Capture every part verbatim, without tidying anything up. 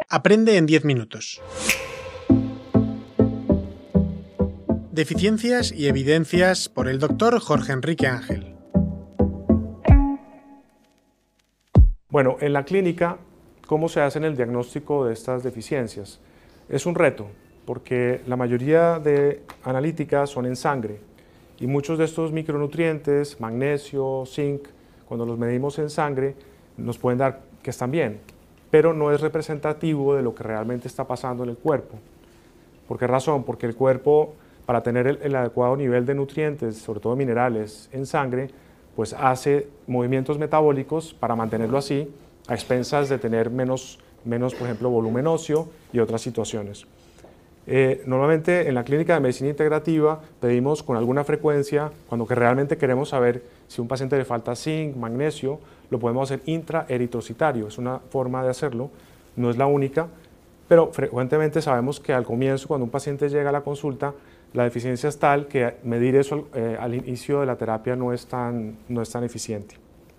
Aprende en diez minutos. Deficiencias y evidencias por el doctor Jorge Enrique Ángel. Bueno, en la clínica, ¿cómo se hace el diagnóstico de estas deficiencias? Es un reto, porque la mayoría de analíticas son en sangre y muchos de estos micronutrientes, magnesio, zinc, cuando los medimos en sangre, nos pueden dar que están bien, pero no es representativo de lo que realmente está pasando en el cuerpo. ¿Por qué razón? Porque el cuerpo, para tener el, el adecuado nivel de nutrientes, sobre todo minerales, en sangre, pues hace movimientos metabólicos para mantenerlo así, a expensas de tener menos, menos por ejemplo, volumen óseo y otras situaciones. Eh, normalmente en la clínica de medicina integrativa pedimos con alguna frecuencia, cuando que realmente queremos saber si a un paciente le falta zinc, magnesio, lo podemos hacer intraeritrocitario, es una forma de hacerlo, no es la única, pero frecuentemente sabemos que al comienzo, cuando un paciente llega a la consulta, la deficiencia es tal que medir eso eh, al inicio de la terapia no es tan, no es tan eficiente.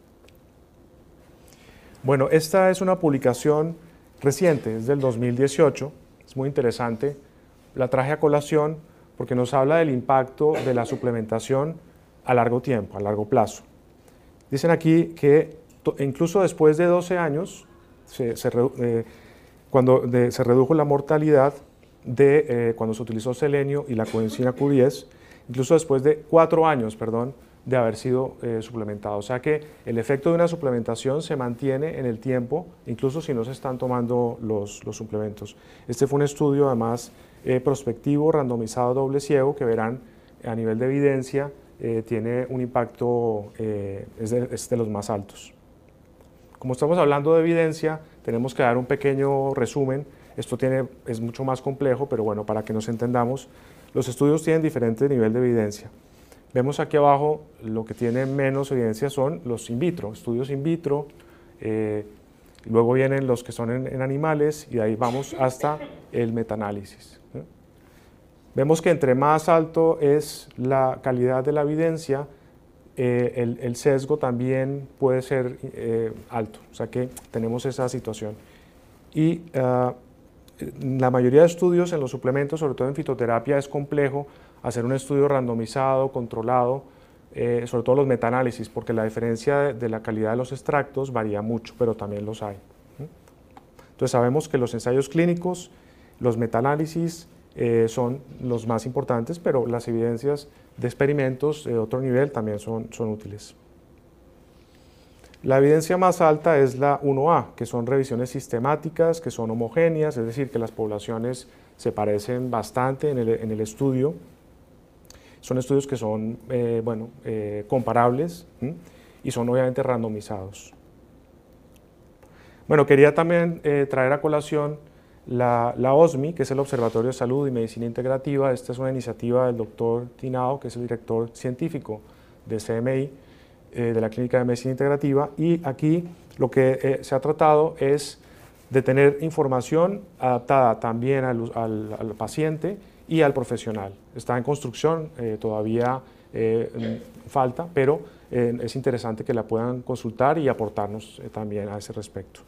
Bueno, esta es una publicación reciente, es del dos mil dieciocho, es muy interesante. La traje a colación porque nos habla del impacto de la suplementación a largo tiempo, a largo plazo. Dicen aquí que incluso después de doce años, se, se, eh, cuando de, se redujo la mortalidad de eh, cuando se utilizó selenio y la coenzima Q diez, incluso después de cuatro años, perdón, de haber sido eh, suplementado. O sea que el efecto de una suplementación se mantiene en el tiempo, incluso si no se están tomando los, los suplementos. Este fue un estudio además eh, prospectivo, randomizado, doble ciego, que verán a nivel de evidencia eh, tiene un impacto, eh, es, de, es de los más altos. Como estamos hablando de evidencia, tenemos que dar un pequeño resumen. Esto tiene, es mucho más complejo, pero bueno, para que nos entendamos, los estudios tienen diferente nivel de evidencia. Vemos aquí abajo lo que tiene menos evidencia son los in vitro, estudios in vitro, eh, luego vienen los que son en, en animales y de ahí vamos hasta el metaanálisis. ¿eh? Vemos que entre más alto es la calidad de la evidencia, eh, el, el sesgo también puede ser eh, alto, o sea que tenemos esa situación. Y uh, la mayoría de estudios en los suplementos, sobre todo en fitoterapia, es complejo hacer un estudio randomizado, controlado, eh, sobre todo los metaanálisis, porque la diferencia de, de la calidad de los extractos varía mucho, pero también los hay. ¿sí? Entonces sabemos que los ensayos clínicos, los metaanálisis eh, son los más importantes, pero las evidencias de experimentos de otro nivel también son, son útiles. La evidencia más alta es la uno A, que son revisiones sistemáticas, que son homogéneas, es decir, que las poblaciones se parecen bastante en el, en el estudio. Son estudios que son eh, bueno, eh, comparables ¿sí? y son obviamente randomizados. Bueno, quería también eh, traer a colación la, la O S M I, que es el Observatorio de Salud y Medicina Integrativa. Esta es una iniciativa del doctor Tinao, que es el director científico de C M I, eh, de la Clínica de Medicina Integrativa, y aquí lo que eh, se ha tratado es de tener información adaptada también al, al, al paciente y al profesional. Está en construcción, eh, todavía eh, falta, pero eh, es interesante que la puedan consultar y aportarnos eh, también a ese respecto.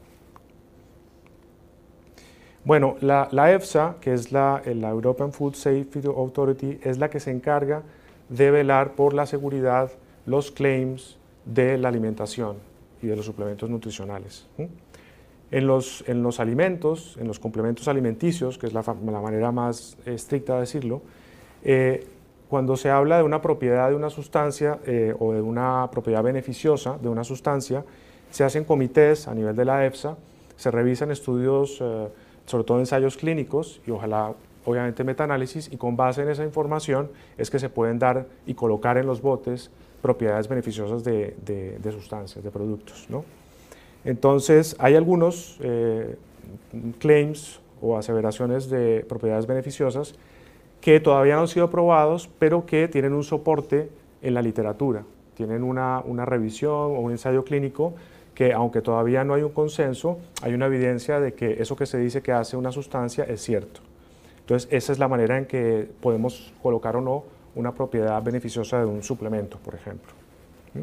Bueno, la, la EFSA, que es la, la European Food Safety Authority, es la que se encarga de velar por la seguridad, los claims de la alimentación y de los suplementos nutricionales. ¿sí? En los, en los alimentos, en los complementos alimenticios, que es la, la manera más estricta de decirlo, eh, cuando se habla de una propiedad de una sustancia eh, o de una propiedad beneficiosa de una sustancia, se hacen comités a nivel de la EFSA, se revisan estudios, eh, sobre todo ensayos clínicos y ojalá obviamente metaanálisis, y con base en esa información es que se pueden dar y colocar en los botes propiedades beneficiosas de, de, de sustancias, de productos, ¿no? Entonces, hay algunos eh, claims o aseveraciones de propiedades beneficiosas que todavía no han sido probados, pero que tienen un soporte en la literatura, tienen una, una revisión o un ensayo clínico que, aunque todavía no hay un consenso, hay una evidencia de que eso que se dice que hace una sustancia es cierto. Entonces, esa es la manera en que podemos colocar o no una propiedad beneficiosa de un suplemento, por ejemplo.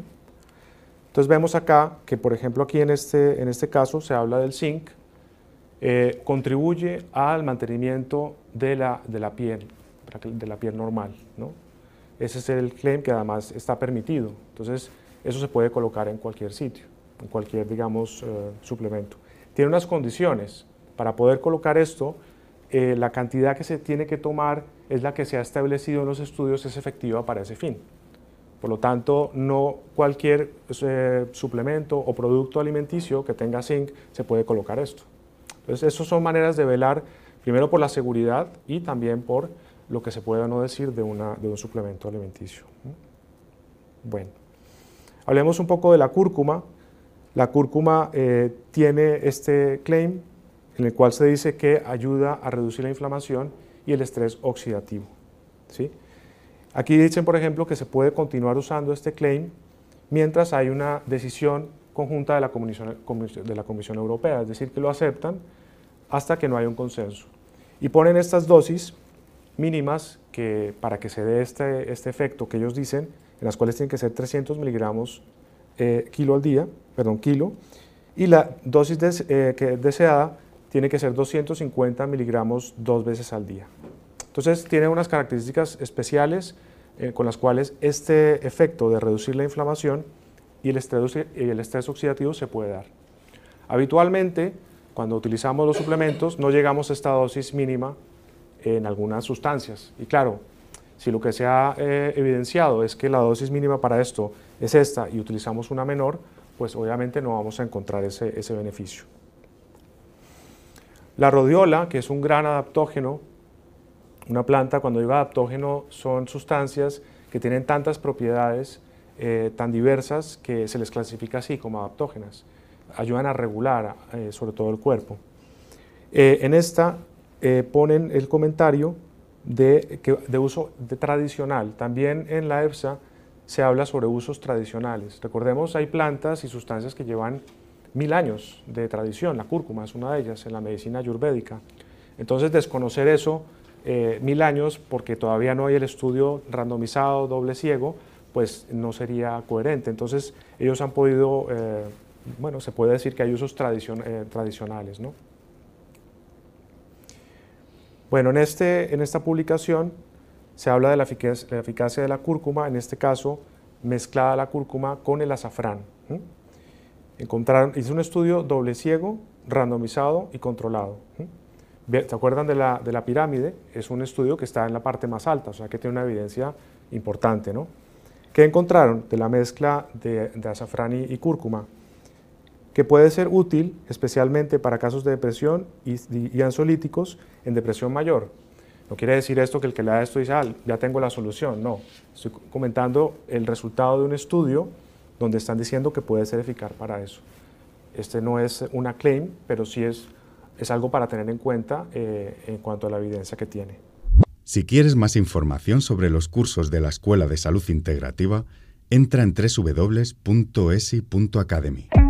Entonces vemos acá que, por ejemplo, aquí en este, en este caso se habla del zinc, eh, contribuye al mantenimiento de la, de la piel, de la piel normal, ¿no? Ese es el claim que además está permitido. Entonces, eso se puede colocar en cualquier sitio, en cualquier, digamos, eh, suplemento. Tiene unas condiciones. Para poder colocar esto, eh, la cantidad que se tiene que tomar es la que se ha establecido en los estudios, es efectiva para ese fin. Por lo tanto, no cualquier eh, suplemento o producto alimenticio que tenga zinc se puede colocar esto. Entonces, esas son maneras de velar, primero por la seguridad y también por lo que se puede o no decir de, una, de un suplemento alimenticio. Bueno, hablemos un poco de la cúrcuma. La cúrcuma eh, tiene este claim en el cual se dice que ayuda a reducir la inflamación y el estrés oxidativo, ¿sí? Aquí dicen, por ejemplo, que se puede continuar usando este claim mientras hay una decisión conjunta de la Comisión, de la Comisión Europea, es decir, que lo aceptan hasta que no haya un consenso. Y ponen estas dosis mínimas que, para que se dé este, este efecto que ellos dicen, en las cuales tienen que ser trescientos miligramos eh, kilo al día, perdón, kilo, y la dosis des, eh, que deseada tiene que ser doscientos cincuenta miligramos dos veces al día. Entonces tiene unas características especiales eh, con las cuales este efecto de reducir la inflamación y el, estrés, y el estrés oxidativo se puede dar. Habitualmente, cuando utilizamos los suplementos, no llegamos a esta dosis mínima en algunas sustancias. Y claro, si lo que se ha eh, evidenciado es que la dosis mínima para esto es esta y utilizamos una menor, pues obviamente no vamos a encontrar ese, ese beneficio. La rodiola, que es un gran adaptógeno, una planta, cuando digo adaptógeno, son sustancias que tienen tantas propiedades eh, tan diversas que se les clasifica así como adaptógenas. Ayudan a regular eh, sobre todo el cuerpo. Eh, en esta eh, ponen el comentario de, que, de uso de tradicional. También en la EFSA se habla sobre usos tradicionales. Recordemos, hay plantas y sustancias que llevan mil años de tradición. La cúrcuma es una de ellas en la medicina ayurvédica. Entonces, desconocer eso, eh, mil años, porque todavía no hay el estudio randomizado, doble ciego, pues no sería coherente. Entonces, ellos han podido, eh, bueno, se puede decir que hay usos tradicion eh, tradicionales, ¿no? Bueno, en, este, en esta publicación se habla de la eficacia, la eficacia de la cúrcuma, en este caso, mezclada la cúrcuma con el azafrán. ¿sí? Encontraron, hizo un estudio doble ciego, randomizado y controlado. ¿sí? ¿Se acuerdan de la, de la pirámide? Es un estudio que está en la parte más alta, o sea que tiene una evidencia importante, ¿no? ¿Qué encontraron de la mezcla de, de azafrán y, y cúrcuma? Que puede ser útil especialmente para casos de depresión y, y, y ansiolíticos en depresión mayor. No quiere decir esto que el que le da esto dice, ah, ya tengo la solución. No, estoy comentando el resultado de un estudio donde están diciendo que puede ser eficaz para eso. Este no es una claim, pero sí es, es algo para tener en cuenta eh, en cuanto a la evidencia que tiene. Si quieres más información sobre los cursos de la Escuela de Salud Integrativa, entra en doble u doble u doble u punto esi punto academy.